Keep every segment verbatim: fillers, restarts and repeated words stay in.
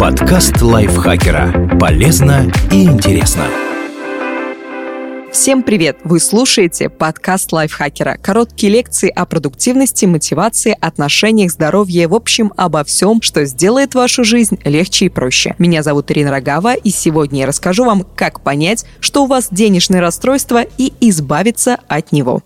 Подкаст лайфхакера. Полезно и интересно. Всем привет! Вы слушаете подкаст лайфхакера. Короткие лекции о продуктивности, мотивации, отношениях, здоровье, в общем, обо всем, что сделает вашу жизнь легче и проще. Меня зовут Ирина Рогава, и сегодня я расскажу вам, как понять, что у вас денежное расстройство, и избавиться от него.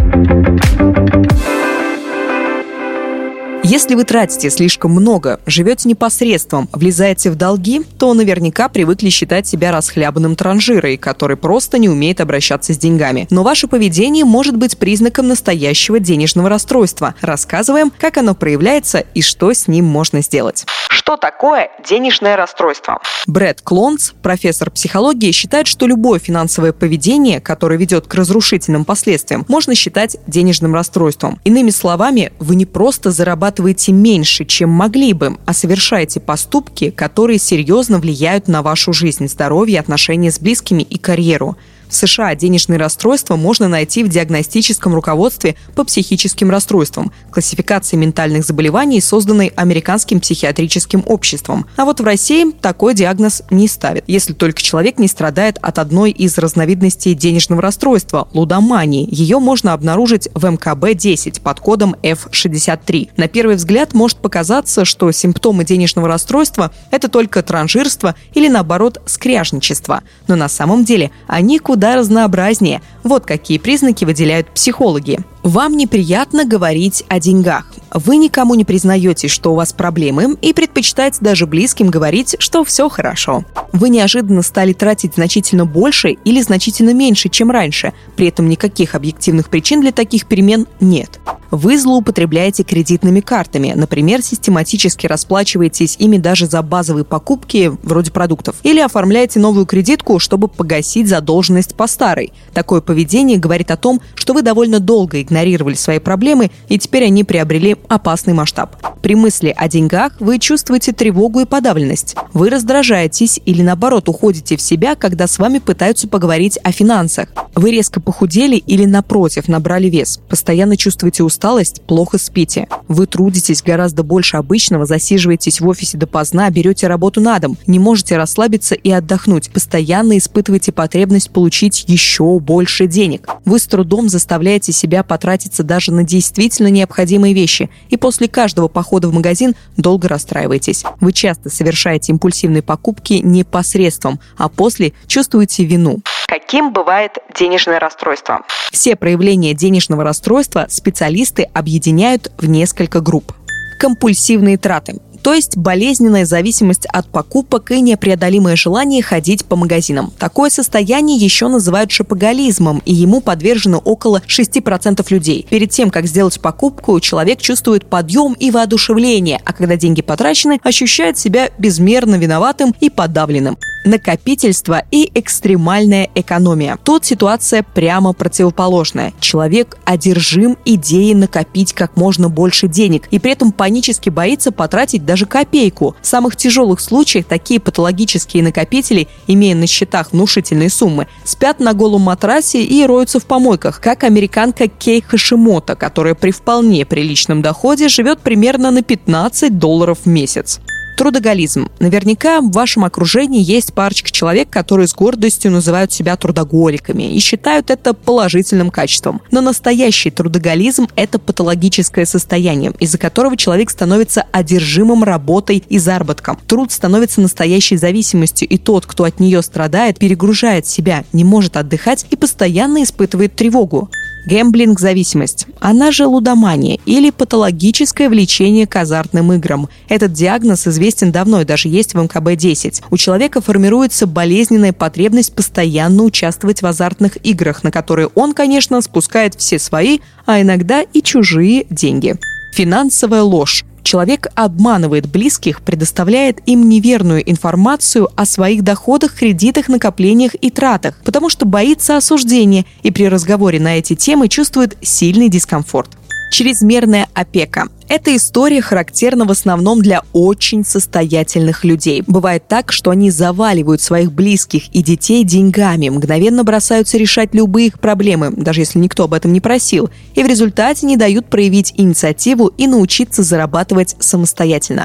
Если вы тратите слишком много, живете непосредством, влезаете в долги, то наверняка привыкли считать себя расхлябанным транжирой, который просто не умеет обращаться с деньгами. Но ваше поведение может быть признаком настоящего денежного расстройства. Рассказываем, как оно проявляется и что с ним можно сделать. Что такое денежное расстройство? Брэд Клонц, профессор психологии, считает, что любое финансовое поведение, которое ведет к разрушительным последствиям, можно считать денежным расстройством. Иными словами, вы не просто зарабатываете меньше, чем могли бы, а совершаете поступки, которые серьезно влияют на вашу жизнь, здоровье, отношения с близкими и карьеру. В США денежные расстройства можно найти в диагностическом руководстве по психическим расстройствам, классификации ментальных заболеваний, созданной Американским психиатрическим обществом. А вот в России такой диагноз не ставят, если только человек не страдает от одной из разновидностей денежного расстройства – лудомании. Ее можно обнаружить в эм ка бэ десять под кодом эф шестьдесят три. На первый взгляд может показаться, что симптомы денежного расстройства – это только транжирство или, наоборот, скряжничество. Но на самом деле они куда Да, разнообразнее. Вот какие признаки выделяют психологи. Вам неприятно говорить о деньгах. Вы никому не признаете, что у вас проблемы, и предпочитаете даже близким говорить, что все хорошо. Вы неожиданно стали тратить значительно больше или значительно меньше, чем раньше. При этом никаких объективных причин для таких перемен нет. Вы злоупотребляете кредитными картами. Например, систематически расплачиваетесь ими даже за базовые покупки, вроде продуктов. Или оформляете новую кредитку, чтобы погасить задолженность по старой. Такое поведение говорит о том, что вы довольно долго игнорировали свои проблемы, и теперь они приобрели опасный масштаб. При мысли о деньгах вы чувствуете тревогу и подавленность. Вы раздражаетесь или, наоборот, уходите в себя, когда с вами пытаются поговорить о финансах. Вы резко похудели или, напротив, набрали вес. Постоянно чувствуете усталость, плохо спите. Вы трудитесь гораздо больше обычного, засиживаетесь в офисе допоздна, берете работу на дом, не можете расслабиться и отдохнуть. Постоянно испытываете потребность получить еще больше денег. Вы с трудом заставляете себя потратиться даже на действительно необходимые вещи, и после каждого похода в магазин долго расстраиваетесь. Вы часто совершаете импульсивные покупки не посредством, а после чувствуете вину. Каким бывает денежное расстройство? Все проявления денежного расстройства специалисты объединяют в несколько групп. Компульсивные траты. То есть болезненная зависимость от покупок и непреодолимое желание ходить по магазинам. Такое состояние еще называют шопоголизмом, и ему подвержено около шесть процентов людей. Перед тем, как сделать покупку, человек чувствует подъем и воодушевление, а когда деньги потрачены, ощущает себя безмерно виноватым и подавленным. Накопительство и экстремальная экономия. Тут ситуация прямо противоположная. Человек одержим идеей накопить как можно больше денег и при этом панически боится потратить даже копейку. В самых тяжелых случаях такие патологические накопители, имея на счетах внушительные суммы, спят на голом матрасе и роются в помойках, как американка Кей Хашимото, которая при вполне приличном доходе живет примерно на пятнадцать долларов в месяц. Трудоголизм. Наверняка в вашем окружении есть парочка человек, которые с гордостью называют себя трудоголиками и считают это положительным качеством. Но настоящий трудоголизм – это патологическое состояние, из-за которого человек становится одержимым работой и заработком. Труд становится настоящей зависимостью, и тот, кто от нее страдает, перегружает себя, не может отдыхать и постоянно испытывает тревогу. Гэмблинг-зависимость. Она же лудомания или патологическое влечение к азартным играм. Этот диагноз известен давно и даже есть в эм ка бэ десять. У человека формируется болезненная потребность постоянно участвовать в азартных играх, на которые он, конечно, спускает все свои, а иногда и чужие деньги. Финансовая ложь. Человек обманывает близких, предоставляет им неверную информацию о своих доходах, кредитах, накоплениях и тратах, потому что боится осуждения и при разговоре на эти темы чувствует сильный дискомфорт. Чрезмерная опека. Эта история характерна в основном для очень состоятельных людей. Бывает так, что они заваливают своих близких и детей деньгами, мгновенно бросаются решать любые их проблемы, даже если никто об этом не просил, и в результате не дают проявить инициативу и научиться зарабатывать самостоятельно.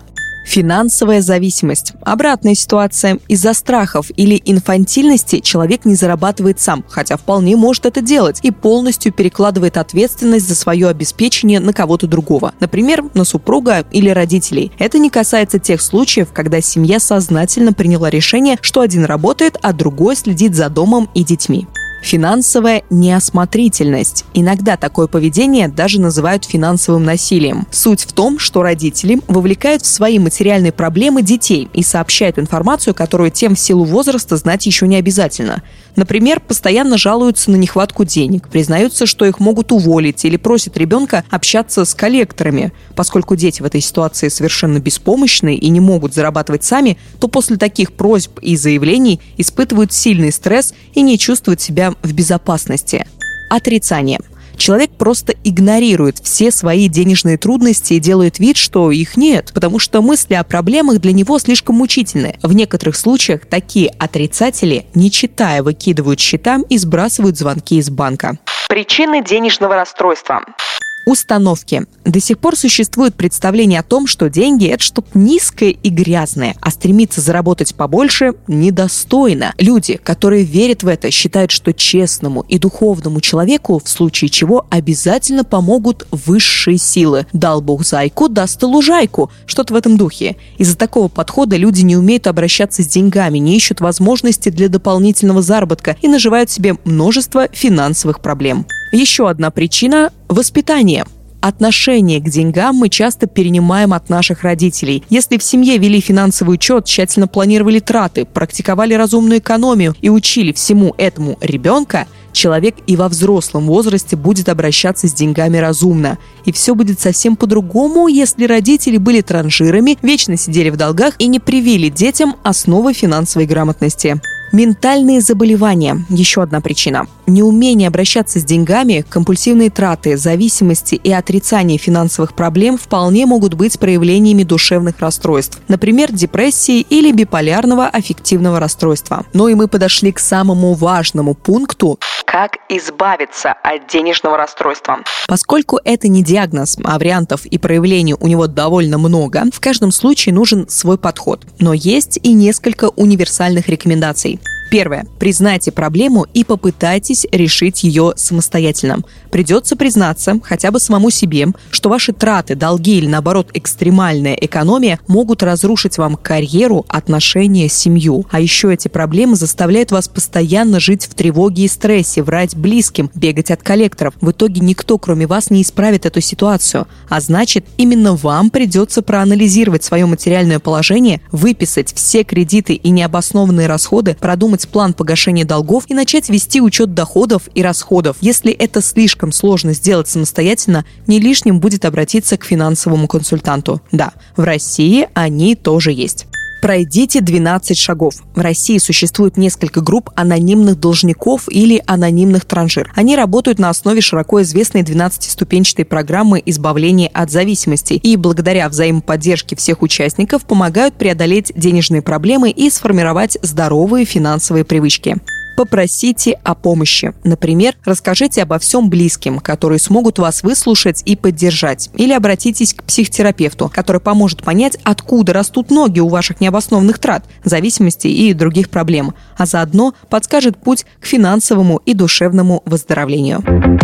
Финансовая зависимость. Обратная ситуация. Из-за страхов или инфантильности человек не зарабатывает сам, хотя вполне может это делать, и полностью перекладывает ответственность за свое обеспечение на кого-то другого. Например, на супруга или родителей. Это не касается тех случаев, когда семья сознательно приняла решение, что один работает, а другой следит за домом и детьми. Финансовая неосмотрительность. Иногда такое поведение даже называют финансовым насилием. Суть в том, что родители вовлекают в свои материальные проблемы детей и сообщают информацию, которую тем в силу возраста знать еще не обязательно. Например, постоянно жалуются на нехватку денег, признаются, что их могут уволить, или просят ребенка общаться с коллекторами. Поскольку дети в этой ситуации совершенно беспомощны и не могут зарабатывать сами, то после таких просьб и заявлений испытывают сильный стресс и не чувствуют себя в безопасности. Отрицание. Человек просто игнорирует все свои денежные трудности и делает вид, что их нет, потому что мысли о проблемах для него слишком мучительны. В некоторых случаях такие отрицатели, не читая, выкидывают счета и сбрасывают звонки из банка. Причины денежного расстройства. Установки. До сих пор существует представление о том, что деньги – это что-то низкое и грязное, а стремиться заработать побольше недостойно. Люди, которые верят в это, считают, что честному и духовному человеку в случае чего обязательно помогут высшие силы. Дал Бог зайку, даст и лужайку. Что-то в этом духе. Из-за такого подхода люди не умеют обращаться с деньгами, не ищут возможности для дополнительного заработка и наживают себе множество финансовых проблем. Еще одна причина – воспитание. Отношение к деньгам мы часто перенимаем от наших родителей. Если в семье вели финансовый учет, тщательно планировали траты, практиковали разумную экономию и учили всему этому ребенка, человек и во взрослом возрасте будет обращаться с деньгами разумно. И все будет совсем по-другому, если родители были транжирами, вечно сидели в долгах и не привили детям основы финансовой грамотности. Ментальные заболевания – еще одна причина. Неумение обращаться с деньгами, компульсивные траты, зависимости и отрицание финансовых проблем вполне могут быть проявлениями душевных расстройств, например, депрессии или биполярного аффективного расстройства. Но и мы подошли к самому важному пункту – как избавиться от денежного расстройства. Поскольку это не диагноз, а вариантов и проявлений у него довольно много, в каждом случае нужен свой подход. Но есть и несколько универсальных рекомендаций. Первое. Признайте проблему и попытайтесь решить ее самостоятельно. Придется признаться, хотя бы самому себе, что ваши траты, долги или, наоборот, экстремальная экономия могут разрушить вам карьеру, отношения, семью. А еще эти проблемы заставляют вас постоянно жить в тревоге и стрессе, врать близким, бегать от коллекторов. В итоге никто, кроме вас, не исправит эту ситуацию. А значит, именно вам придется проанализировать свое материальное положение, выписать все кредиты и необоснованные расходы, продумать план погашения долгов и начать вести учет доходов и расходов. Если это слишком сложно сделать самостоятельно, не лишним будет обратиться к финансовому консультанту. Да, в России они тоже есть. Пройдите двенадцать шагов. В России существует несколько групп анонимных должников или анонимных транжир. Они работают на основе широко известной двенадцатиступенчатой программы избавления от зависимости и благодаря взаимоподдержке всех участников помогают преодолеть денежные проблемы и сформировать здоровые финансовые привычки. Попросите о помощи. Например, расскажите обо всем близким, которые смогут вас выслушать и поддержать. Или обратитесь к психотерапевту, который поможет понять, откуда растут ноги у ваших необоснованных трат, зависимостей и других проблем, а заодно подскажет путь к финансовому и душевному выздоровлению.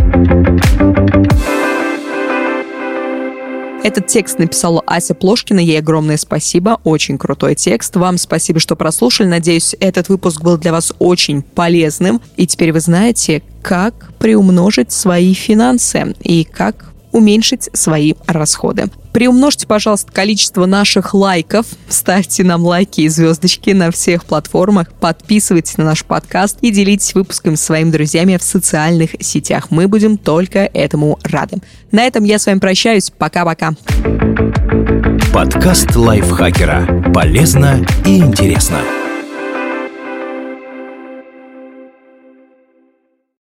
Этот текст написала Ася Плошкина, ей огромное спасибо, очень крутой текст. Вам спасибо, что прослушали, надеюсь, этот выпуск был для вас очень полезным. И теперь вы знаете, как приумножить свои финансы и как уменьшить свои расходы. Приумножьте, пожалуйста, количество наших лайков, ставьте нам лайки и звездочки на всех платформах, подписывайтесь на наш подкаст и делитесь выпуском с своими друзьями в социальных сетях. Мы будем только этому рады. На этом я с вами прощаюсь. Пока-пока. Подкаст лайфхакера. Полезно и интересно.